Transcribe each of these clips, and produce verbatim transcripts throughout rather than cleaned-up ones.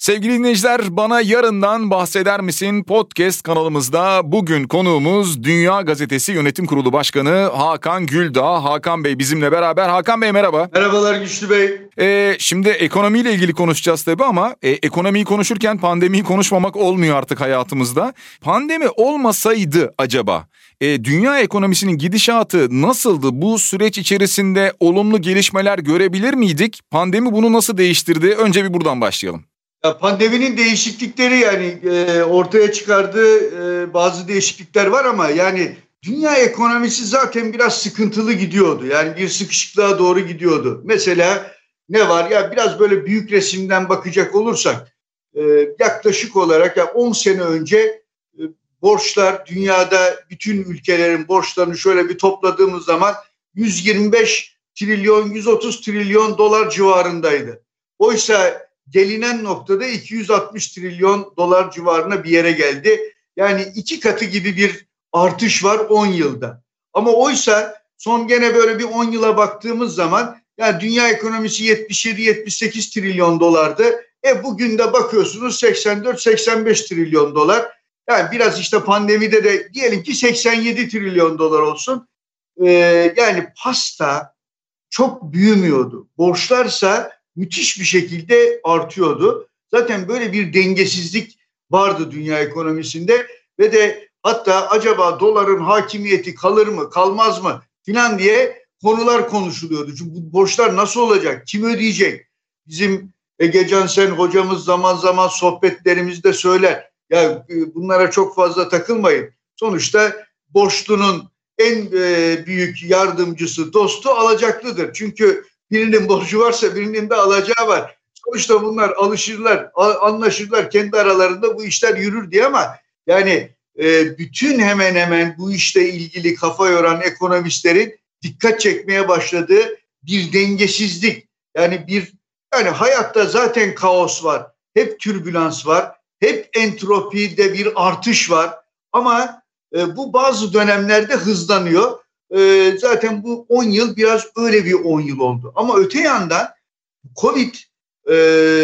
Sevgili dinleyiciler, Bana Yarından Bahseder Misin podcast kanalımızda bugün konuğumuz Dünya Gazetesi Yönetim Kurulu Başkanı Hakan Güldağ. Hakan Bey bizimle beraber. Hakan Bey merhaba. Merhabalar Güçlü Bey. Ee, şimdi ekonomiyle ilgili konuşacağız tabii ama e, ekonomiyi konuşurken pandemiyi konuşmamak olmuyor artık hayatımızda. Pandemi olmasaydı acaba e, dünya ekonomisinin gidişatı nasıldı? Bu süreç içerisinde olumlu gelişmeler görebilir miydik? Pandemi bunu nasıl değiştirdi? Önce bir buradan başlayalım. Ya pandeminin değişiklikleri yani e, ortaya çıkardığı e, bazı değişiklikler var ama yani dünya ekonomisi zaten biraz sıkıntılı gidiyordu. Yani bir sıkışıklığa doğru gidiyordu. Mesela ne var ya biraz böyle büyük resimden bakacak olursak e, yaklaşık olarak ya on sene önce e, borçlar dünyada bütün ülkelerin borçlarını şöyle bir topladığımız zaman yüz yirmi beş trilyon yüz otuz trilyon dolar civarındaydı. Oysa gelinen noktada iki yüz altmış trilyon dolar civarına bir yere geldi. Yani iki katı gibi bir artış var on yılda. Ama oysa son gene böyle bir on yıla baktığımız zaman yani dünya ekonomisi yetmiş yedi yetmiş sekiz trilyon dolardı. E bugün de bakıyorsunuz seksen dört seksen beş trilyon dolar. Yani biraz işte pandemide de diyelim ki seksen yedi trilyon dolar olsun. Ee, yani pasta çok büyümüyordu. Borçlarsa müthiş bir şekilde artıyordu. Zaten böyle bir dengesizlik vardı dünya ekonomisinde ve de hatta acaba doların hakimiyeti kalır mı, kalmaz mı filan diye konular konuşuluyordu. Çünkü bu borçlar nasıl olacak, kim ödeyecek? Bizim Ege Cansen hocamız zaman zaman sohbetlerimizde söyler. Ya bunlara çok fazla takılmayın. Sonuçta borçlunun en büyük yardımcısı, dostu alacaklıdır. Çünkü birinin borcu varsa birinin de alacağı var. Sonuçta bunlar alışırlar, anlaşırlar kendi aralarında bu işler yürür diye ama yani e, bütün hemen hemen bu işle ilgili kafa yoran ekonomistlerin dikkat çekmeye başladığı bir dengesizlik. Yani bir yani hayatta zaten kaos var, hep türbülans var, hep entropide bir artış var ama e, bu bazı dönemlerde hızlanıyor. Ee, zaten bu on yıl biraz öyle bir on yıl oldu. Ama öte yandan Covid e,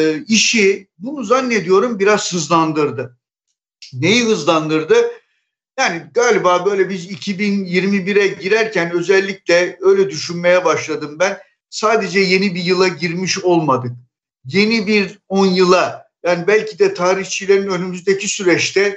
işi bunu zannediyorum biraz hızlandırdı. Neyi hızlandırdı? Yani galiba böyle biz iki bin yirmi bire girerken özellikle öyle düşünmeye başladım ben. Sadece yeni bir yıla girmiş olmadık. Yeni bir on yıla yani belki de tarihçilerin önümüzdeki süreçte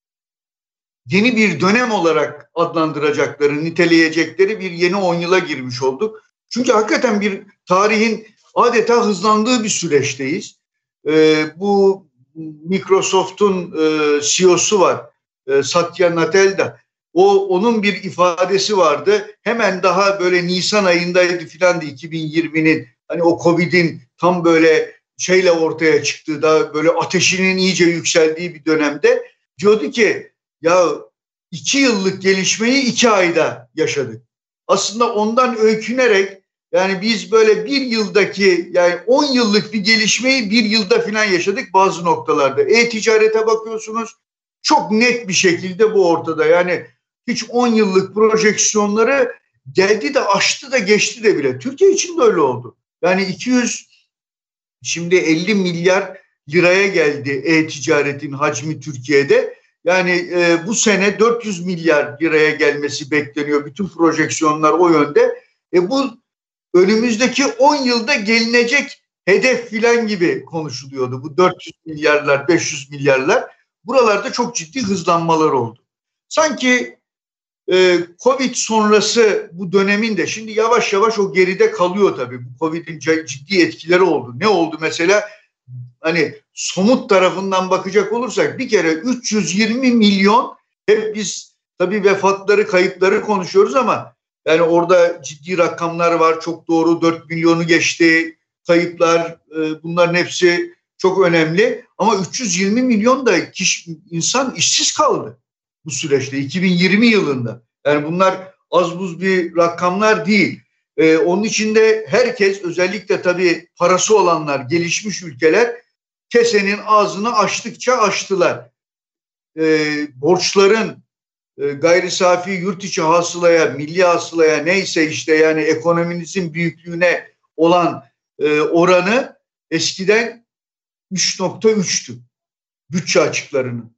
yeni bir dönem olarak adlandıracakları, niteleyecekleri bir yeni on yıla girmiş olduk. Çünkü hakikaten bir tarihin adeta hızlandığı bir süreçteyiz. Ee, bu Microsoft'un e, C E O'su var, e, Satya Nadella. O onun bir ifadesi vardı. Hemen daha böyle Nisan ayındaydı filan da iki bin yirminin hani o Covid'in tam böyle şeyle ortaya çıktığı, da böyle ateşinin iyice yükseldiği bir dönemde diyordu ki ya iki yıllık gelişmeyi iki ayda yaşadık. Aslında ondan öykünerek yani biz böyle bir yıldaki yani on yıllık bir gelişmeyi bir yılda falan yaşadık bazı noktalarda. E-ticarete bakıyorsunuz çok net bir şekilde bu ortada. Yani hiç on yıllık projeksiyonları geldi de aştı da geçti de bile. Türkiye için de öyle oldu. Yani iki yüz şimdi elli milyar liraya geldi e-ticaretin hacmi Türkiye'de. Yani e, bu sene dört yüz milyar liraya gelmesi bekleniyor. Bütün projeksiyonlar o yönde. E, bu önümüzdeki on yılda gelinecek hedef filan gibi konuşuluyordu. Bu dört yüz milyarlar, beş yüz milyarlar. Buralarda çok ciddi hızlanmalar oldu. Sanki e, Covid sonrası bu dönemin de şimdi yavaş yavaş o geride kalıyor tabii. Bu Covid'in ciddi etkileri oldu. Ne oldu mesela? Hani somut tarafından bakacak olursak bir kere üç yüz yirmi milyon hep biz tabii vefatları, kayıpları konuşuyoruz ama yani orada ciddi rakamlar var. Çok doğru dört milyonu geçti. Kayıplar bunların hepsi çok önemli. Ama üç yüz yirmi milyon da kişi, insan işsiz kaldı bu süreçte iki bin yirmi yılında. Yani bunlar az buz bir rakamlar değil. Ee, onun içinde herkes özellikle tabii parası olanlar, gelişmiş ülkeler kesenin ağzını açtıkça açtılar. Ee, borçların e, gayri safi yurt içi hasılaya, milli hasılaya neyse işte yani ekonominizin büyüklüğüne olan e, oranı eskiden üç nokta üçtü bütçe açıklarının.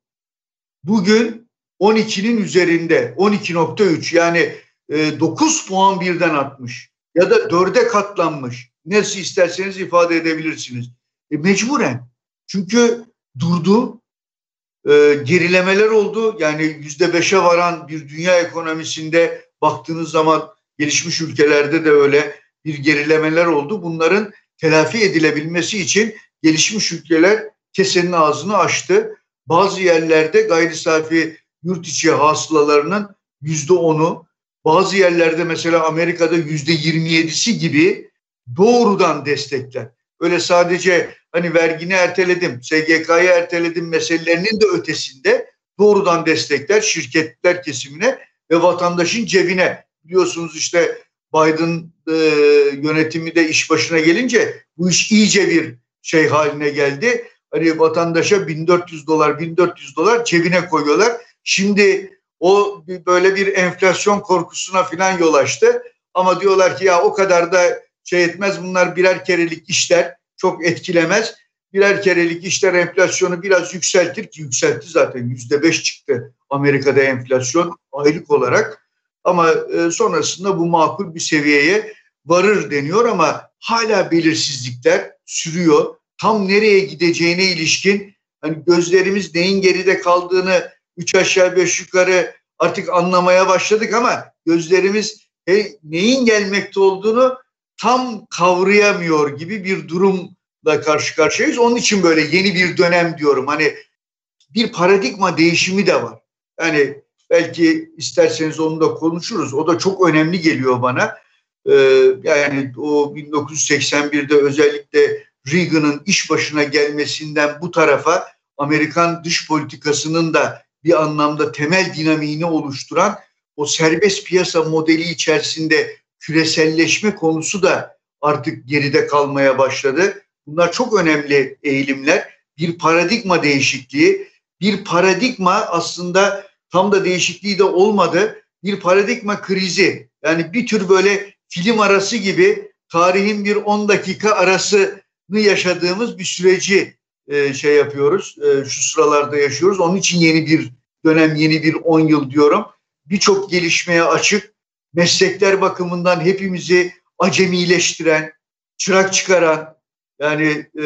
Bugün on ikinin üzerinde, on iki nokta üç, yani e, dokuz puan birden artmış ya da dörde katlanmış. Nasıl isterseniz ifade edebilirsiniz. E, mecburen. Çünkü durdu, e, gerilemeler oldu. Yani yüzde beşe varan bir dünya ekonomisinde baktığınız zaman gelişmiş ülkelerde de öyle bir gerilemeler oldu. Bunların telafi edilebilmesi için gelişmiş ülkeler kesenin ağzını açtı. Bazı yerlerde gayri safi yurt içi hasılalarının yüzde onu, bazı yerlerde mesela Amerika'da yüzde yirmi yedisi gibi doğrudan destekler. Öyle sadece hani vergini erteledim, S G K'yı erteledim meselelerinin de ötesinde doğrudan destekler şirketler kesimine ve vatandaşın cebine. Biliyorsunuz işte Biden e, yönetimi de iş başına gelince bu iş iyice bir şey haline geldi. Hani vatandaşa bin dört yüz dolar, bin dört yüz dolar cebine koyuyorlar. Şimdi o böyle bir enflasyon korkusuna falan yol açtı. Ama diyorlar ki ya o kadar da şey etmez, bunlar birer kerelik işler, çok etkilemez. Birer kerelik işler enflasyonu biraz yükseltir ki yükseltti zaten, yüzde beş çıktı Amerika'da enflasyon aylık olarak. Ama e, sonrasında bu makul bir seviyeye varır deniyor ama hala belirsizlikler sürüyor. Tam nereye gideceğine ilişkin hani gözlerimiz neyin geride kaldığını üç aşağı beş yukarı artık anlamaya başladık ama gözlerimiz he, neyin gelmekte olduğunu tam kavrayamıyor gibi bir durumla karşı karşıyayız. Onun için böyle yeni bir dönem diyorum. Hani bir paradigma değişimi de var. Yani belki isterseniz onu da konuşuruz. O da çok önemli geliyor bana. Ee, yani o bin dokuz yüz seksen birde özellikle Reagan'ın iş başına gelmesinden bu tarafa Amerikan dış politikasının da bir anlamda temel dinamiğini oluşturan o serbest piyasa modeli içerisinde küreselleşme konusu da artık geride kalmaya başladı. Bunlar çok önemli eğilimler. Bir paradigma değişikliği, bir paradigma aslında tam da değişikliği de olmadı. Bir paradigma krizi. Yani bir tür böyle film arası gibi tarihin bir on dakika arasını yaşadığımız bir süreci e, şey yapıyoruz. E, şu sıralarda yaşıyoruz. Onun için yeni bir dönem, yeni bir on yıl diyorum. Birçok gelişmeye açık, meslekler bakımından hepimizi acemileştiren, çırak çıkaran, yani e,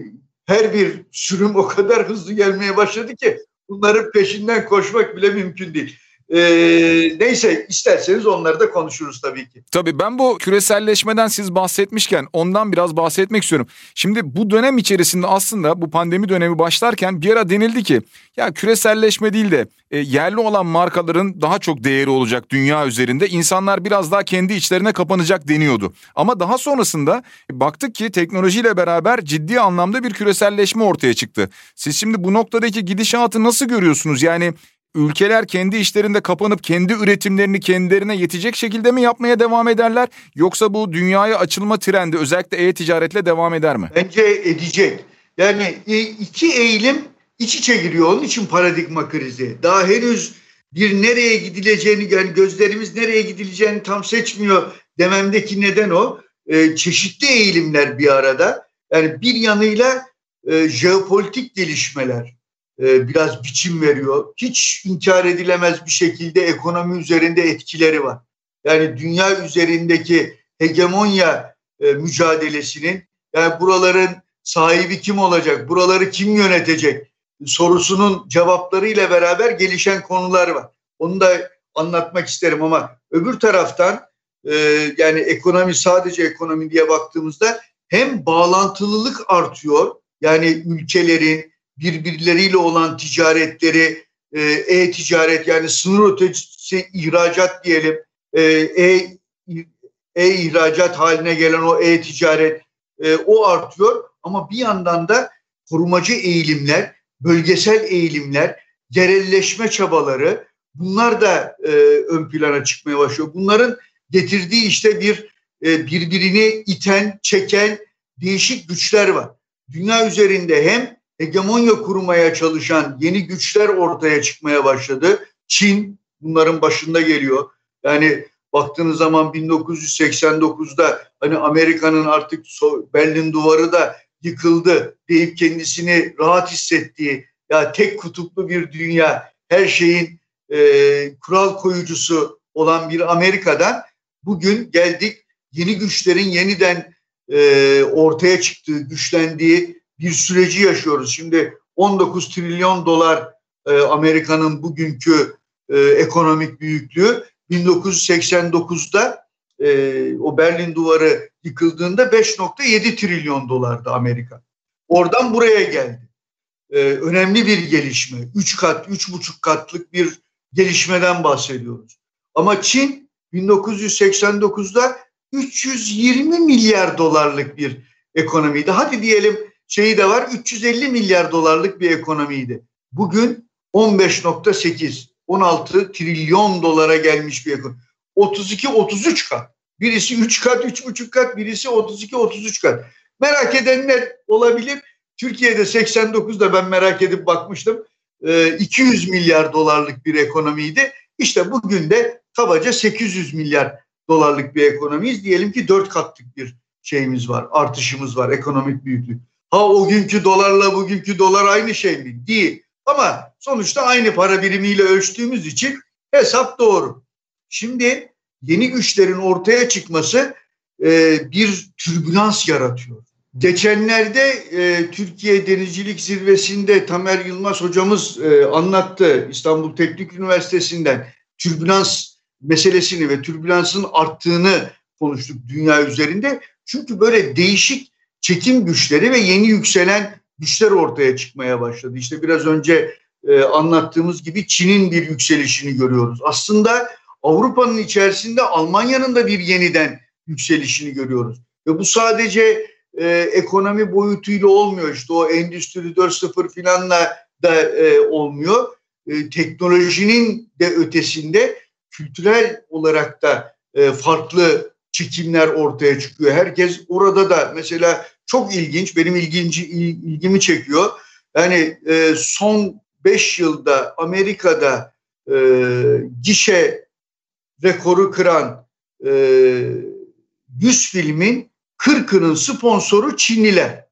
her bir sürüm o kadar hızlı gelmeye başladı ki bunların peşinden koşmak bile mümkün değil. Ee, neyse isterseniz onları da konuşuruz tabii ki. Tabii ben bu küreselleşmeden siz bahsetmişken ondan biraz bahsetmek istiyorum. Şimdi bu dönem içerisinde aslında bu pandemi dönemi başlarken bir ara denildi ki ya küreselleşme değil de e, yerli olan markaların daha çok değeri olacak dünya üzerinde. İnsanlar biraz daha kendi içlerine kapanacak deniyordu. Ama daha sonrasında baktık ki teknolojiyle beraber ciddi anlamda bir küreselleşme ortaya çıktı. Siz şimdi bu noktadaki gidişatı nasıl görüyorsunuz? Yani ülkeler kendi işlerinde kapanıp kendi üretimlerini kendilerine yetecek şekilde mi yapmaya devam ederler? Yoksa bu dünyaya açılma trendi özellikle e-ticaretle devam eder mi? Bence edecek. Yani iki eğilim iç içe giriyor. Onun için paradigma krizi. Daha henüz bir nereye gidileceğini, yani gözlerimiz nereye gidileceğini tam seçmiyor dememdeki neden o. Ee, çeşitli eğilimler bir arada. Yani bir yanıyla e, jeopolitik gelişmeler biraz biçim veriyor. Hiç inkar edilemez bir şekilde ekonomi üzerinde etkileri var. Yani dünya üzerindeki hegemonya e, mücadelesinin, yani buraların sahibi kim olacak, buraları kim yönetecek sorusunun cevaplarıyla beraber gelişen konular var. Onu da anlatmak isterim ama öbür taraftan e, yani ekonomi, sadece ekonomi diye baktığımızda hem bağlantılılık artıyor, yani ülkelerin birbirleriyle olan ticaretleri, e-ticaret yani sınır ötesi ihracat diyelim, e, e-ihracat haline gelen o e-ticaret e, o artıyor. Ama bir yandan da korumacı eğilimler, bölgesel eğilimler, yerelleşme çabaları, bunlar da e, ön plana çıkmaya başlıyor. Bunların getirdiği işte bir e, birbirini iten, çeken değişik güçler var. Dünya üzerinde hem hegemonya kurmaya çalışan yeni güçler ortaya çıkmaya başladı. Çin bunların başında geliyor. Yani baktığınız zaman bin dokuz yüz seksen dokuzda hani Amerika'nın artık Berlin Duvarı da yıkıldı deyip kendisini rahat hissettiği, ya tek kutuplu bir dünya, her şeyin e, kural koyucusu olan bir Amerika'dan bugün geldik yeni güçlerin yeniden e, ortaya çıktığı, güçlendiği bir süreci yaşıyoruz. Şimdi on dokuz trilyon dolar e, Amerika'nın bugünkü e, ekonomik büyüklüğü. bin dokuz yüz seksen dokuzda e, o Berlin Duvarı yıkıldığında beş nokta yedi trilyon dolardı Amerika. Oradan buraya geldi. E, önemli bir gelişme. Üç kat, üç buçuk katlık bir gelişmeden bahsediyoruz. Ama Çin bin dokuz yüz seksen dokuzda üç yüz yirmi milyar dolarlık bir ekonomiydi. Hadi diyelim şeyi de var, üç yüz elli milyar dolarlık bir ekonomiydi. Bugün on beş nokta sekiz, on altı trilyon dolara gelmiş bir ekonomi. otuz iki otuz üç kat. Birisi üç kat, üç buçuk kat, birisi otuz iki otuz üç kat. Merak edenler olabilir. Türkiye'de seksen dokuzda ben merak edip bakmıştım. iki yüz milyar dolarlık bir ekonomiydi. İşte bugün de kabaca sekiz yüz milyar dolarlık bir ekonomiyiz. Diyelim ki dört katlık bir şeyimiz var, artışımız var, ekonomik büyüklük. Ha o günkü dolarla bugünkü dolar aynı şey mi? Değil. Ama sonuçta aynı para birimiyle ölçtüğümüz için hesap doğru. Şimdi yeni güçlerin ortaya çıkması e, bir türbülans yaratıyor. Geçenlerde e, Türkiye Denizcilik Zirvesi'nde Tamer Yılmaz hocamız e, anlattı, İstanbul Teknik Üniversitesi'nden türbülans meselesini ve türbülansın arttığını konuştuk dünya üzerinde. Çünkü böyle değişik çekim güçleri ve yeni yükselen güçler ortaya çıkmaya başladı. İşte biraz önce e, anlattığımız gibi Çin'in bir yükselişini görüyoruz. Aslında Avrupa'nın içerisinde Almanya'nın da bir yeniden yükselişini görüyoruz. Ve bu sadece e, ekonomi boyutuyla olmuyor. İşte o Endüstri dört nokta sıfır filanla da e, olmuyor. E, teknolojinin de ötesinde kültürel olarak da e, farklı çekimler ortaya çıkıyor. Herkes orada da mesela çok ilginç, benim ilginci, ilgimi çekiyor. Yani e, son beş yılda Amerika'da e, gişe rekoru kıran e, yüz filmin kırkının sponsoru Çinliler.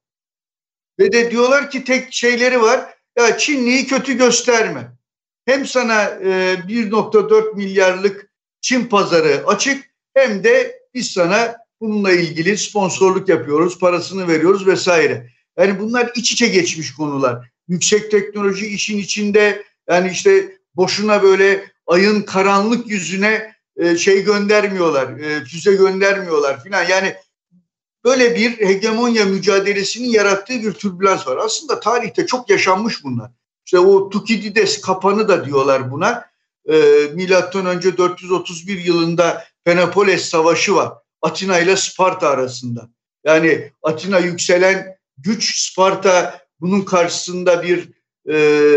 Ve de diyorlar ki tek şeyleri var, ya Çinliyi kötü gösterme. Hem sana e, bir nokta dört milyarlık Çin pazarı açık, hem de biz sana bununla ilgili sponsorluk yapıyoruz, parasını veriyoruz vesaire. Yani bunlar iç içe geçmiş konular. Yüksek teknoloji işin içinde, yani işte boşuna böyle ayın karanlık yüzüne e, şey göndermiyorlar, e, füze göndermiyorlar filan. Yani böyle bir hegemonya mücadelesinin yarattığı bir türbülans var. Aslında tarihte çok yaşanmış bunlar. İşte o Tukidides kapanı da diyorlar buna. E, Milattan önce dört yüz otuz bir yılında Penopolis Savaşı var. Atina ile Sparta arasında. Yani Atina yükselen güç, Sparta bunun karşısında bir e,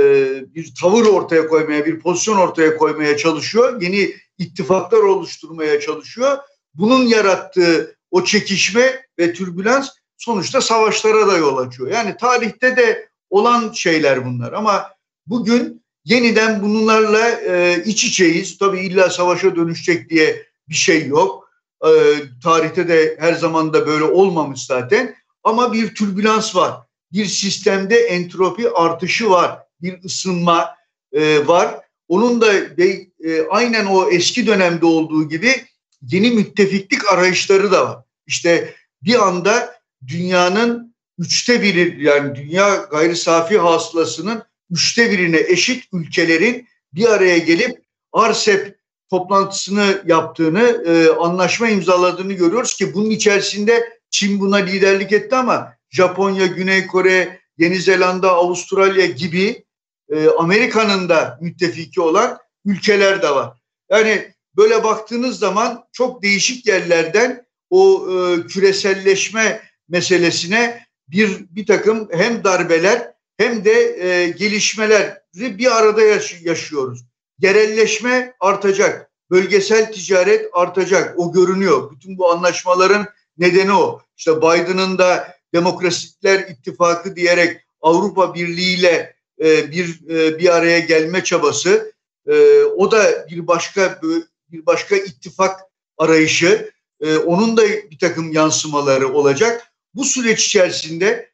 bir tavır ortaya koymaya, bir pozisyon ortaya koymaya çalışıyor. Yeni ittifaklar oluşturmaya çalışıyor. Bunun yarattığı o çekişme ve türbülans sonuçta savaşlara da yol açıyor. Yani tarihte de olan şeyler bunlar ama bugün yeniden bunlarla e, iç içeyiz. Tabii illa savaşa dönüşecek diye bir şey yok. E, tarihte de her zaman da böyle olmamış zaten. Ama bir türbülans var. Bir sistemde entropi artışı var. Bir ısınma e, var. Onun da e, aynen o eski dönemde olduğu gibi yeni müttefiklik arayışları da var. İşte bir anda dünyanın üçte biri, yani dünya gayri safi hasılasının üçte birine eşit ülkelerin bir araya gelip RCEP toplantısını yaptığını, e, anlaşma imzaladığını görüyoruz ki bunun içerisinde Çin buna liderlik etti ama Japonya, Güney Kore, Yeni Zelanda, Avustralya gibi e, Amerika'nın da müttefiki olan ülkeler de var. Yani böyle baktığınız zaman çok değişik yerlerden o e, küreselleşme meselesine bir bir takım hem darbeler hem de e, gelişmeleri bir arada yaş- yaşıyoruz. Yerelleşme artacak, bölgesel ticaret artacak, o görünüyor. Bütün bu anlaşmaların nedeni o. İşte Biden'ın da Demokratler İttifakı diyerek Avrupa Birliği ile e, bir e, bir araya gelme çabası, e, o da bir başka bir başka ittifak arayışı, e, onun da bir takım yansımaları olacak. Bu süreç içerisinde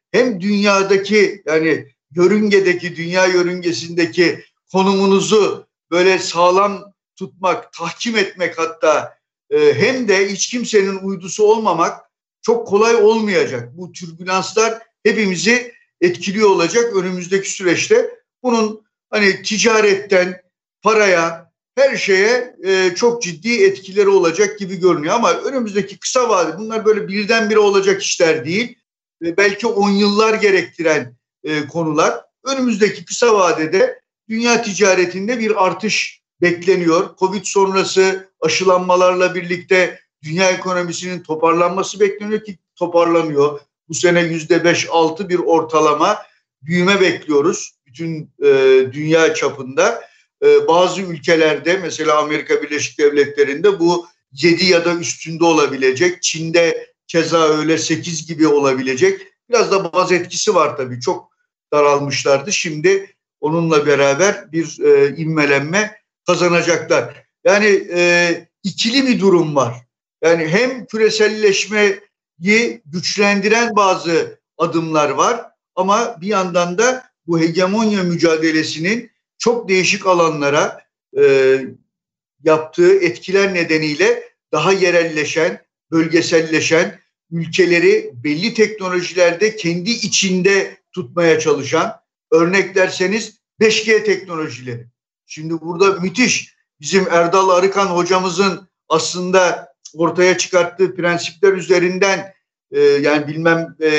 hem dünyadaki yani yörüngedeki, dünya yörüngesindeki konumunuzu böyle sağlam tutmak, tahkim etmek hatta e, hem de hiç kimsenin uydusu olmamak çok kolay olmayacak. Bu türbülanslar hepimizi etkiliyor olacak önümüzdeki süreçte. Bunun hani ticaretten paraya, her şeye e, çok ciddi etkileri olacak gibi görünüyor. Ama önümüzdeki kısa vade bunlar böyle birdenbire olacak işler değil. E, belki on yıllar gerektiren e, konular. Önümüzdeki kısa vadede dünya ticaretinde bir artış bekleniyor. Covid sonrası aşılanmalarla birlikte dünya ekonomisinin toparlanması bekleniyor ki toparlanıyor. Bu sene yüzde beş altı bir ortalama büyüme bekliyoruz bütün e, dünya çapında. E, bazı ülkelerde mesela Amerika Birleşik Devletleri'nde bu yedi ya da üstünde olabilecek. Çin'de keza öyle sekiz gibi olabilecek. Biraz da baz etkisi var tabii. Çok daralmışlardı. Şimdi onunla beraber bir e, ivmelenme kazanacaklar. Yani e, ikili bir durum var. Yani hem küreselleşmeyi güçlendiren bazı adımlar var ama bir yandan da bu hegemonya mücadelesinin çok değişik alanlara e, yaptığı etkiler nedeniyle daha yerelleşen, bölgeselleşen, ülkeleri belli teknolojilerde kendi içinde tutmaya çalışan, örnek derseniz beş G teknolojileri. Şimdi burada müthiş bizim Erdal Arıkan hocamızın aslında ortaya çıkarttığı prensipler üzerinden e, yani bilmem e,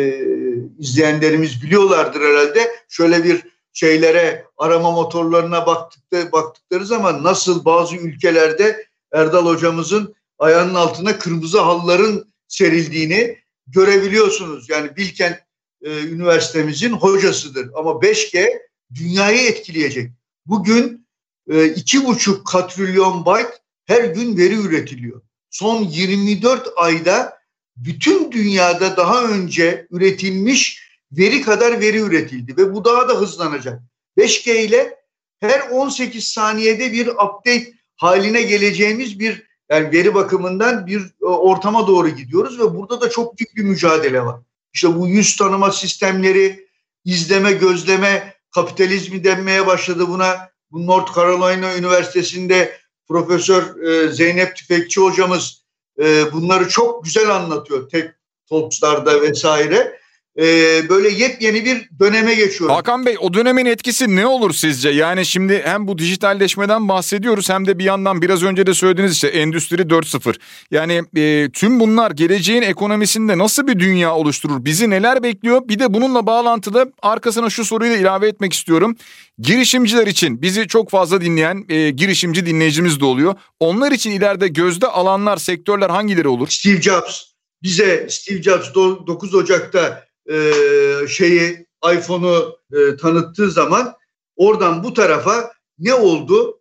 izleyenlerimiz biliyorlardır herhalde. Şöyle bir şeylere arama motorlarına baktıkları, baktıkları zaman nasıl bazı ülkelerde Erdal hocamızın ayağının altına kırmızı halıların serildiğini görebiliyorsunuz. Yani Bilkent e, Üniversitemizin hocasıdır. Ama beş G dünyayı etkileyecek. Bugün e, iki buçuk katrilyon byte her gün veri üretiliyor. Son yirmi dört ayda bütün dünyada daha önce üretilmiş veri kadar veri üretildi ve bu daha da hızlanacak. beş G ile her on sekiz saniyede bir update haline geleceğimiz bir yani veri bakımından bir ortama doğru gidiyoruz ve burada da çok büyük bir mücadele var. İşte bu yüz tanıma sistemleri, izleme, gözleme kapitalizmi denmeye başladı buna. Bu North Carolina Üniversitesi'nde Profesör Zeynep Tüfekçi hocamız bunları çok güzel anlatıyor. Tek Talks'larda vesaire. Ee, böyle yepyeni bir döneme geçiyoruz. Hakan Bey, o dönemin etkisi ne olur sizce? Yani şimdi hem bu dijitalleşmeden bahsediyoruz hem de bir yandan biraz önce de söylediğiniz işte Endüstri dört nokta sıfır. Yani e, tüm bunlar geleceğin ekonomisinde nasıl bir dünya oluşturur? Bizi neler bekliyor? Bir de bununla bağlantılı arkasına şu soruyu da ilave etmek istiyorum. Girişimciler için bizi çok fazla dinleyen e, girişimci dinleyicimiz de oluyor. Onlar için ileride gözde alanlar, sektörler hangileri olur? Steve Jobs. Bize Steve Jobs dokuz Ocak'ta Ee, şeyi iPhone'u e, tanıttığı zaman oradan bu tarafa ne oldu?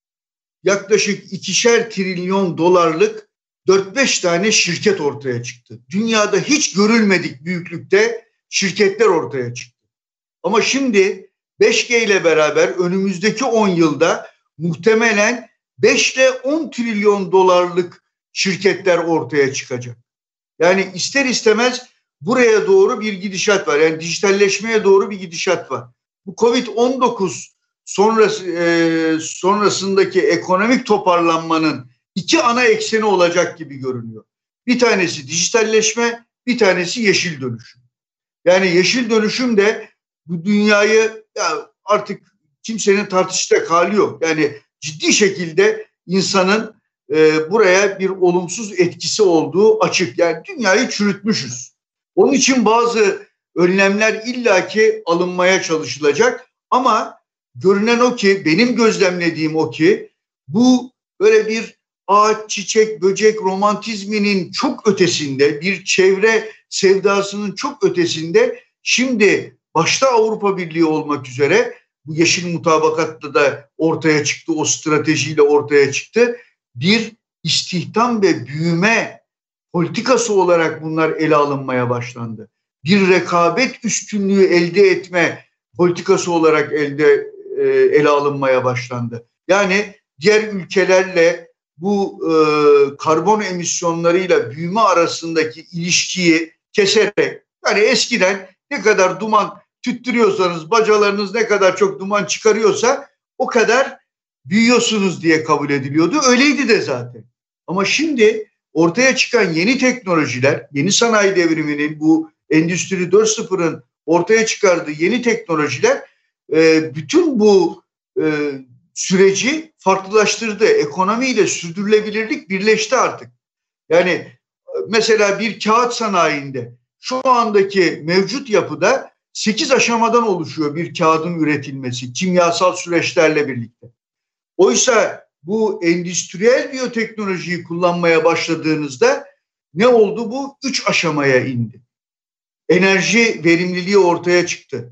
Yaklaşık ikişer trilyon dolarlık dört beş tane şirket ortaya çıktı. Dünyada hiç görülmedik büyüklükte şirketler ortaya çıktı. Ama şimdi beş G ile beraber önümüzdeki on yılda muhtemelen beş ile on trilyon dolarlık şirketler ortaya çıkacak. Yani ister istemez buraya doğru bir gidişat var. Yani dijitalleşmeye doğru bir gidişat var. Bu Covid on dokuz sonrası, e, sonrasındaki ekonomik toparlanmanın iki ana ekseni olacak gibi görünüyor. Bir tanesi dijitalleşme, bir tanesi yeşil dönüşüm. Yani yeşil dönüşüm de bu dünyayı ya artık kimsenin tartışacak hali yok. Yani ciddi şekilde insanın e, buraya bir olumsuz etkisi olduğu açık. Yani dünyayı çürütmüşüz. Onun için bazı önlemler illaki alınmaya çalışılacak ama görünen o ki, benim gözlemlediğim o ki bu böyle bir ağaç, çiçek, böcek romantizminin çok ötesinde, bir çevre sevdasının çok ötesinde şimdi başta Avrupa Birliği olmak üzere bu yeşil mutabakatta da ortaya çıktı, o stratejiyle ortaya çıktı. Bir istihdam ve büyüme politikası olarak bunlar ele alınmaya başlandı. Bir rekabet üstünlüğü elde etme politikası olarak elde e, ele alınmaya başlandı. Yani diğer ülkelerle bu e, karbon emisyonlarıyla büyüme arasındaki ilişkiyi keserek Yani eskiden ne kadar duman tüttürüyorsanız, bacalarınız ne kadar çok duman çıkarıyorsa o kadar büyüyorsunuz diye kabul ediliyordu. Öyleydi de zaten. Ama şimdi ortaya çıkan yeni teknolojiler, yeni sanayi devriminin, bu Endüstri dört nokta sıfırın ortaya çıkardığı yeni teknolojiler e, bütün bu e, süreci farklılaştırdı. Ekonomiyle sürdürülebilirlik birleşti artık. Yani mesela bir kağıt sanayinde şu andaki mevcut yapıda sekiz aşamadan oluşuyor bir kağıdın üretilmesi, kimyasal süreçlerle birlikte. Oysa bu endüstriyel biyoteknolojiyi kullanmaya başladığınızda ne oldu bu? Üç aşamaya indi. Enerji verimliliği ortaya çıktı.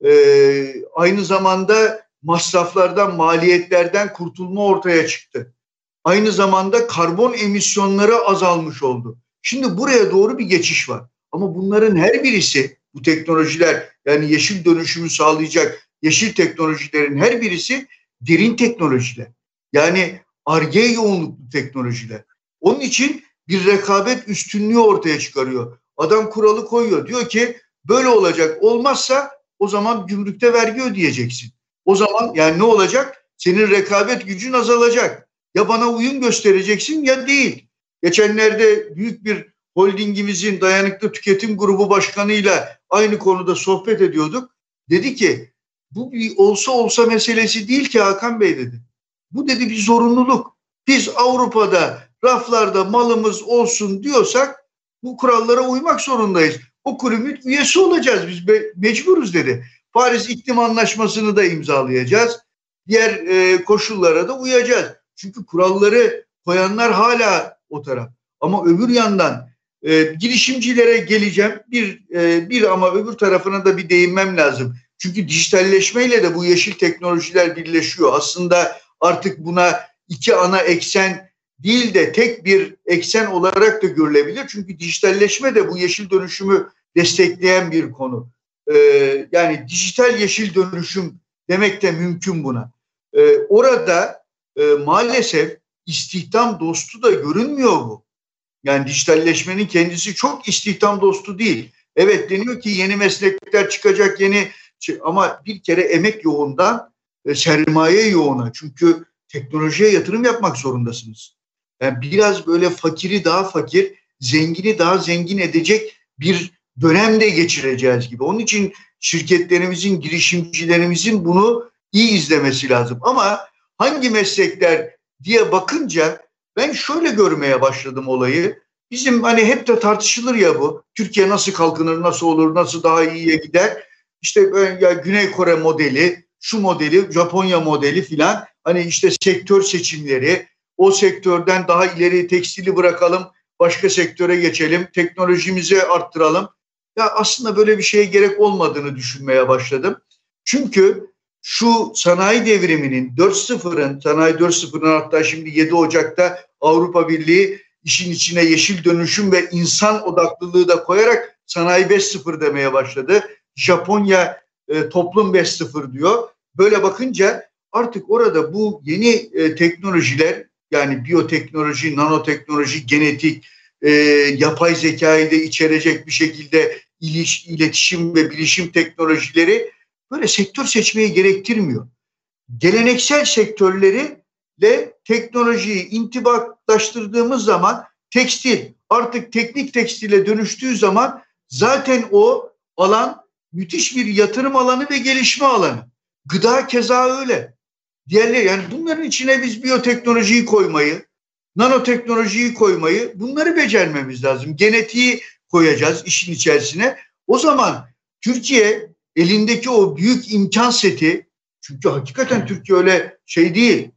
Ee, aynı zamanda masraflardan, maliyetlerden kurtulma ortaya çıktı. Aynı zamanda karbon emisyonları azalmış oldu. Şimdi buraya doğru bir geçiş var. Ama bunların her birisi, bu teknolojiler, yani yeşil dönüşümü sağlayacak yeşil teknolojilerin her birisi derin teknolojiler. Yani Ar-Ge yoğunluklu teknolojiler. Onun için bir rekabet üstünlüğü ortaya çıkarıyor. Adam kuralı koyuyor. Diyor ki böyle olacak. Olmazsa o zaman gümrükte vergi ödeyeceksin. O zaman yani ne olacak? Senin rekabet gücün azalacak. Ya bana uyum göstereceksin ya değil. Geçenlerde büyük bir holdingimizin dayanıklı tüketim grubu başkanıyla aynı konuda sohbet ediyorduk. Dedi ki bu bir olsa olsa meselesi değil ki Hakan Bey dedi. Bu dedi bir zorunluluk. Biz Avrupa'da raflarda malımız olsun diyorsak bu kurallara uymak zorundayız. O kulübün üyesi olacağız biz mecburuz dedi. Paris İklim Anlaşması'nı da imzalayacağız. Diğer e, koşullara da uyacağız. Çünkü kuralları koyanlar hala o taraf. Ama öbür yandan e, girişimcilere geleceğim. Bir, e, bir ama öbür tarafına da bir değinmem lazım. Çünkü dijitalleşmeyle de bu yeşil teknolojiler birleşiyor. Aslında artık buna iki ana eksen değil de tek bir eksen olarak da görülebilir. Çünkü dijitalleşme de bu yeşil dönüşümü destekleyen bir konu. Ee, yani dijital yeşil dönüşüm demek de mümkün buna. Ee, orada e, maalesef istihdam dostu da görünmüyor bu. Yani dijitalleşmenin kendisi çok istihdam dostu değil. Evet deniyor ki yeni meslekler çıkacak, yeni ama bir kere emek yoğundan e, sermaye yoğuna. Çünkü teknolojiye yatırım yapmak zorundasınız. Yani biraz böyle fakiri daha fakir, zengini daha zengin edecek bir dönemde geçireceğiz gibi. Onun için şirketlerimizin, girişimcilerimizin bunu iyi izlemesi lazım. Ama hangi meslekler diye bakınca ben şöyle görmeye başladım olayı. Bizim hani hep de tartışılır ya bu. Türkiye nasıl kalkınır, nasıl olur, nasıl daha iyiye gider. İşte ya Güney Kore modeli, şu modeli, Japonya modeli filan. Hani işte sektör seçimleri, o sektörden daha ileri tekstili bırakalım, başka sektöre geçelim, teknolojimizi arttıralım. Ya aslında böyle bir şeye gerek olmadığını düşünmeye başladım. Çünkü şu sanayi devriminin dört nokta sıfırın, sanayi dört nokta sıfırın hatta şimdi yedi Ocak'ta Avrupa Birliği işin içine yeşil dönüşüm ve insan odaklılığı da koyarak sanayi beş nokta sıfır demeye başladı. Japonya e, toplum beş nokta sıfır diyor. Böyle bakınca artık orada bu yeni e, teknolojiler, yani biyoteknoloji, nanoteknoloji, genetik, e, yapay zekayı da içerecek bir şekilde iliş, iletişim ve bilişim teknolojileri böyle sektör seçmeyi gerektirmiyor. Geleneksel sektörleri ile teknolojiyi intibatlaştırdığımız zaman tekstil artık teknik tekstile dönüştüğü zaman zaten o alan müthiş bir yatırım alanı ve gelişme alanı. Gıda keza öyle. Diğerleri yani bunların içine biz biyoteknolojiyi koymayı, nanoteknolojiyi koymayı, bunları becermemiz lazım. Genetiği koyacağız işin içerisine. O zaman Türkiye elindeki o büyük imkan seti, çünkü hakikaten Türkiye öyle şey değil.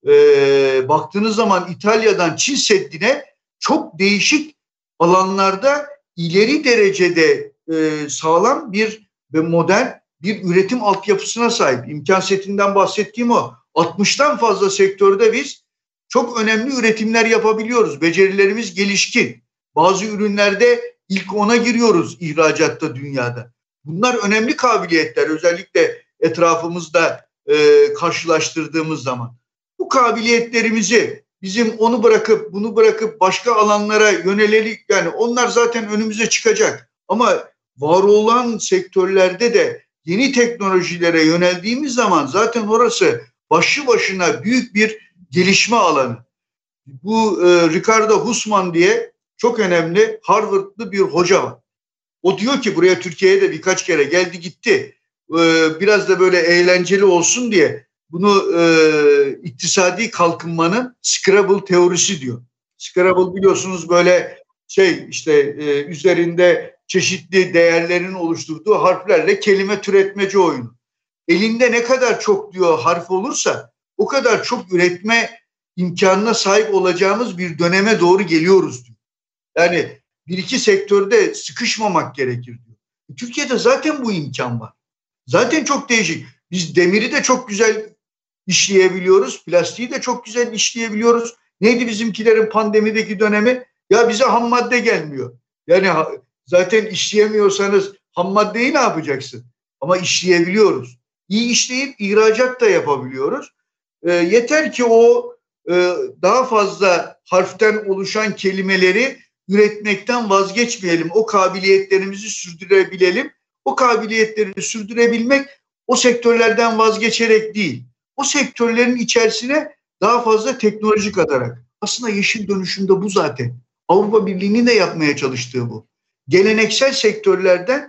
Ee, baktığınız zaman İtalya'dan Çin Seddi'ne çok değişik alanlarda ileri derecede e, sağlam bir ve modern bir üretim altyapısına sahip. İmkan setinden bahsettiğim o. altmıştan fazla sektörde biz çok önemli üretimler yapabiliyoruz. Becerilerimiz gelişkin. Bazı ürünlerde ilk ona giriyoruz ihracatta dünyada. Bunlar önemli kabiliyetler, özellikle etrafımızda e, karşılaştırdığımız zaman. Bu kabiliyetlerimizi bizim onu bırakıp bunu bırakıp başka alanlara yönelelim, yani onlar zaten önümüze çıkacak. Ama var olan sektörlerde de yeni teknolojilere yöneldiğimiz zaman zaten orası başlı başına büyük bir gelişme alanı. Bu e, Ricardo Hussman diye çok önemli Harvard'lı bir hoca var. O diyor ki buraya Türkiye'ye de birkaç kere geldi gitti. E, biraz da böyle eğlenceli olsun diye bunu e, iktisadi kalkınmanın Scrabble teorisi diyor. Scrabble biliyorsunuz böyle şey işte e, üzerinde çeşitli değerlerin oluşturduğu harflerle kelime türetmeci oyunu. Elinde ne kadar çok diyor harf olursa o kadar çok üretme imkanına sahip olacağımız bir döneme doğru geliyoruz diyor. Yani bir iki sektörde sıkışmamak gerekir diyor. Türkiye'de zaten bu imkan var. Zaten çok değişik. Biz demiri de çok güzel işleyebiliyoruz. Plastiği de çok güzel işleyebiliyoruz. Neydi bizimkilerin pandemideki dönemi? Ya bize ham madde gelmiyor. Yani zaten işleyemiyorsanız ham maddeyi ne yapacaksın? Ama işleyebiliyoruz. İyi işleyip ihracat da yapabiliyoruz. E, yeter ki o e, daha fazla harften oluşan kelimeleri üretmekten vazgeçmeyelim. O kabiliyetlerimizi sürdürebilelim. O kabiliyetleri sürdürebilmek o sektörlerden vazgeçerek değil. O sektörlerin içerisine daha fazla teknoloji katarak. Aslında yeşil dönüşümde bu zaten. Avrupa Birliği'nin de yapmaya çalıştığı bu. Geleneksel sektörlerden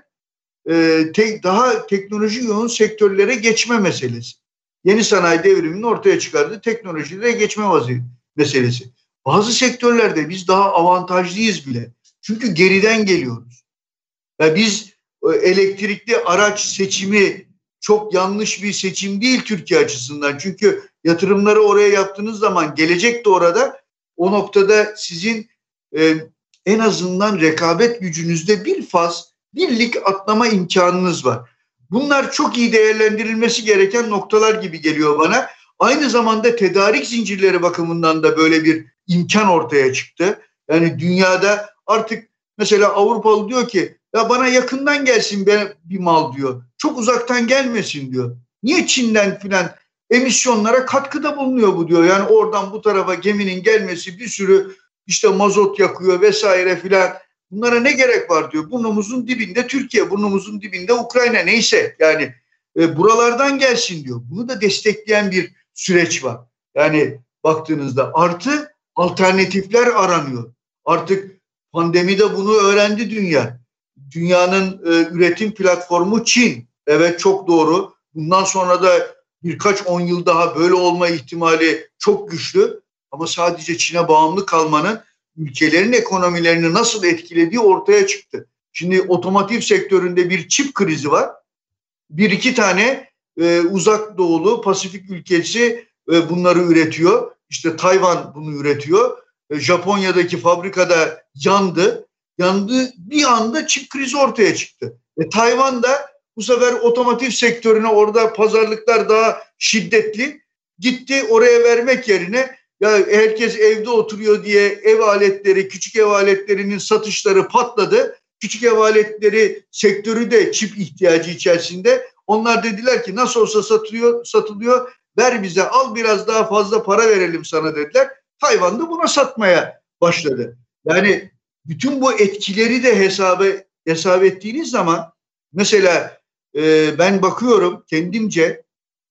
e, te, daha teknoloji yoğun sektörlere geçme meselesi. Yeni sanayi devriminin ortaya çıkardığı teknolojilere geçme meselesi. Bazı sektörlerde biz daha avantajlıyız bile. Çünkü geriden geliyoruz. Yani biz e, elektrikli araç seçimi çok yanlış bir seçim değil Türkiye açısından. Çünkü yatırımları oraya yaptığınız zaman gelecek de orada. O noktada sizin e, en azından rekabet gücünüzde bir faz, bir lig atlama imkanınız var. Bunlar çok iyi değerlendirilmesi gereken noktalar gibi geliyor bana. Aynı zamanda tedarik zincirleri bakımından da böyle bir imkan ortaya çıktı. Yani dünyada artık mesela Avrupalı diyor ki ya bana yakından gelsin bir mal diyor. Çok uzaktan gelmesin diyor. Niye Çin'den filan emisyonlara katkıda bulunuyor bu diyor. Yani oradan bu tarafa geminin gelmesi bir sürü işte mazot yakıyor vesaire filan. Bunlara ne gerek var diyor. Burnumuzun dibinde Türkiye, burnumuzun dibinde Ukrayna neyse yani e, buralardan gelsin diyor. Bunu da destekleyen bir süreç var. Yani baktığınızda artı alternatifler aranıyor. Artık pandemide bunu öğrendi dünya. Dünyanın e, üretim platformu Çin. Evet çok doğru. Bundan sonra da birkaç on yıl daha böyle olma ihtimali çok güçlü. Ama sadece Çin'e bağımlı kalmanın ülkelerin ekonomilerini nasıl etkilediği ortaya çıktı. Şimdi otomotiv sektöründe bir çip krizi var. Bir iki tane e, uzak doğulu Pasifik ülkesi e, bunları üretiyor. İşte Tayvan bunu üretiyor. E, Japonya'daki fabrikada yandı. Yandı bir anda çip krizi ortaya çıktı. E, Tayvan'da bu sefer otomotiv sektörüne orada pazarlıklar daha şiddetli. Gitti oraya vermek yerine ya herkes evde oturuyor diye ev aletleri, küçük ev aletlerinin satışları patladı. Küçük ev aletleri sektörü de çip ihtiyacı içerisinde. Onlar dediler ki nasıl olsa satılıyor, satılıyor. Ver bize al biraz daha fazla para verelim sana dediler. Tayvan da buna satmaya başladı. Yani bütün bu etkileri de hesaba, hesap ettiğiniz zaman mesela e, ben bakıyorum kendimce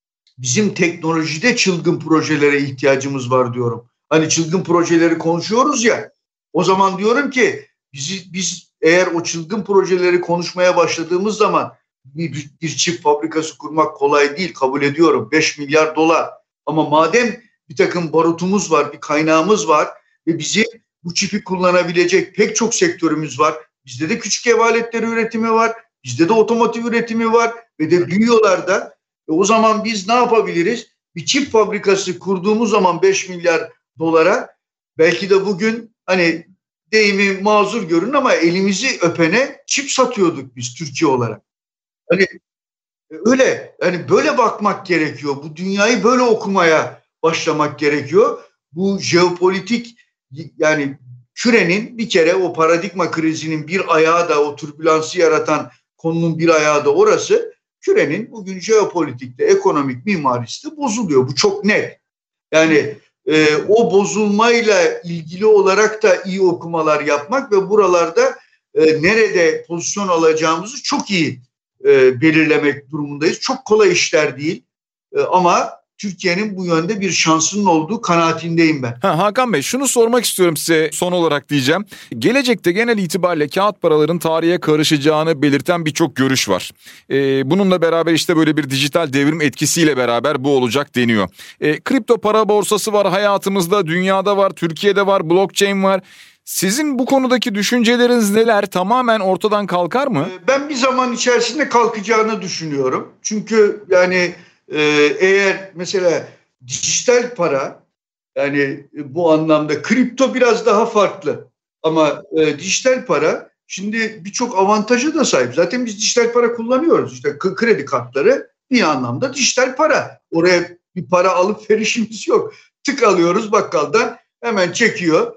bizim teknolojide çılgın projelere ihtiyacımız var diyorum. Hani çılgın projeleri konuşuyoruz ya. O zaman diyorum ki biz, biz eğer o çılgın projeleri konuşmaya başladığımız zaman bir, bir çip fabrikası kurmak kolay değil, kabul ediyorum. beş milyar dolar. Ama madem bir takım barutumuz var, bir kaynağımız var ve bizi bu çipi kullanabilecek pek çok sektörümüz var. Bizde de küçük ev aletleri üretimi var. Bizde de otomotiv üretimi var ve de büyüyorlar da. E o zaman biz ne yapabiliriz? Bir çip fabrikası kurduğumuz zaman beş milyar dolara belki de bugün hani deyimi mazur görün ama elimizi öpene çip satıyorduk biz Türkiye olarak. Hani öyle yani böyle bakmak gerekiyor. Bu dünyayı böyle okumaya başlamak gerekiyor. Bu jeopolitik yani kürenin bir kere o paradigma krizinin bir ayağı da o türbülansı yaratan konunun bir ayağı da orası. Kürenin bugün jeopolitikte, ekonomik mimarisi de bozuluyor. Bu çok net. Yani e, o bozulmayla ilgili olarak da iyi okumalar yapmak ve buralarda e, nerede pozisyon alacağımızı çok iyi e, belirlemek durumundayız. Çok kolay işler değil e, ama Türkiye'nin bu yönde bir şansının olduğu kanaatindeyim ben. Ha, Hakan Bey, şunu sormak istiyorum size son olarak diyeceğim. Gelecekte genel itibariyle kağıt paraların tarihe karışacağını belirten birçok görüş var. Ee, bununla beraber işte böyle bir dijital devrim etkisiyle beraber bu olacak deniyor. Ee, kripto para borsası var hayatımızda, dünyada var, Türkiye'de var, blockchain var. Sizin bu konudaki düşünceleriniz neler? Tamamen ortadan kalkar mı? Ben bir zaman içerisinde kalkacağını düşünüyorum. Çünkü yani e, eğer mesela dijital para, yani bu anlamda kripto biraz daha farklı. Ama e, dijital para şimdi birçok avantaja da sahip. Zaten biz dijital para kullanıyoruz. İşte kredi kartları bir anlamda dijital para. Oraya bir para alıp verişimiz yok. Tık alıyoruz bakkaldan, hemen çekiyor.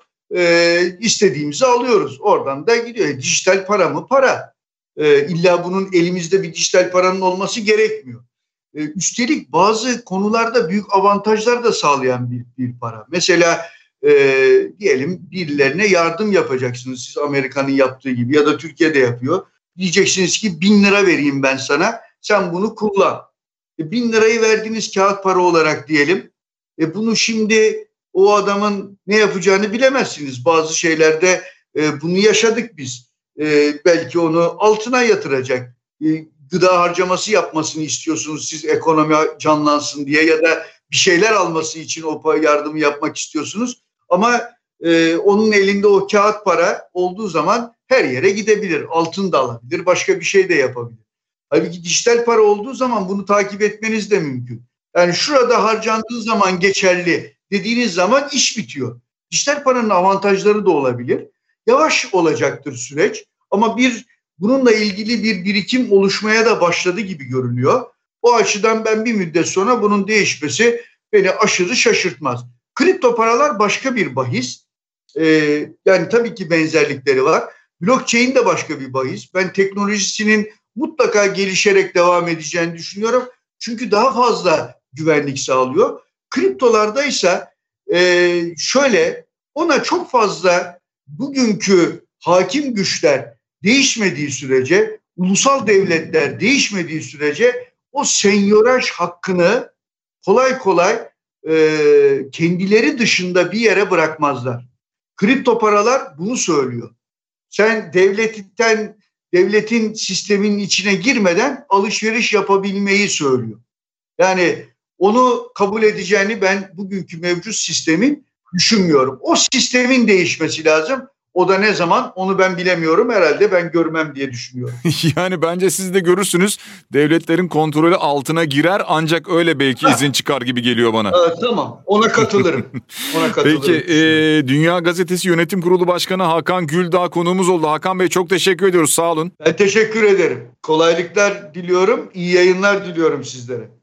E, istediğimizi alıyoruz. Oradan da gidiyor. E, dijital para mı? Para. E, illa bunun elimizde bir dijital paranın olması gerekmiyor. E, üstelik bazı konularda büyük avantajlar da sağlayan bir, bir para. Mesela e, diyelim birilerine yardım yapacaksınız. Siz Amerika'nın yaptığı gibi ya da Türkiye'de yapıyor. Diyeceksiniz ki bin lira vereyim ben sana. Sen bunu kullan. E, bin lirayı verdiğiniz kağıt para olarak diyelim. E, bunu şimdi o adamın ne yapacağını bilemezsiniz. Bazı şeylerde e, bunu yaşadık biz. E, belki onu altına yatıracak. E, gıda harcaması yapmasını istiyorsunuz siz, ekonomi canlansın diye, ya da bir şeyler alması için o yardımı yapmak istiyorsunuz. Ama e, onun elinde o kağıt para olduğu zaman her yere gidebilir. Altın da alabilir, başka bir şey de yapabilir. Halbuki dijital para olduğu zaman bunu takip etmeniz de mümkün. Yani şurada harcandığı zaman geçerli dediğiniz zaman iş bitiyor. Dijital paranın avantajları da olabilir. Yavaş olacaktır süreç ama bir bununla ilgili bir birikim oluşmaya da başladı gibi görünüyor. O açıdan ben bir müddet sonra bunun değişmesi beni aşırı şaşırtmaz. Kripto paralar başka bir bahis. Ee, yani tabii ki benzerlikleri var. Blockchain de başka bir bahis. Ben teknolojisinin mutlaka gelişerek devam edeceğini düşünüyorum. Çünkü daha fazla güvenlik sağlıyor. Kriptolarda ise e, şöyle, ona çok fazla bugünkü hakim güçler değişmediği sürece, ulusal devletler değişmediği sürece o senyoraj hakkını kolay kolay e, kendileri dışında bir yere bırakmazlar. Kripto paralar bunu söylüyor. Sen devletten, devletin sistemin içine girmeden alışveriş yapabilmeyi söylüyor. Yani onu kabul edeceğini ben bugünkü mevcut sistemin düşünmüyorum. O sistemin değişmesi lazım. O da ne zaman onu ben bilemiyorum. Herhalde ben görmem diye düşünüyorum. Yani bence siz de görürsünüz. Devletlerin kontrolü altına girer, ancak öyle belki izin çıkar gibi geliyor bana. Evet, tamam, ona katılırım. Ona katılırım. Peki e, Dünya Gazetesi Yönetim Kurulu Başkanı Hakan Güldağ konuğumuz oldu. Hakan Bey, çok teşekkür ediyoruz. Sağ olun. Ben teşekkür ederim. Kolaylıklar diliyorum. İyi yayınlar diliyorum sizlere.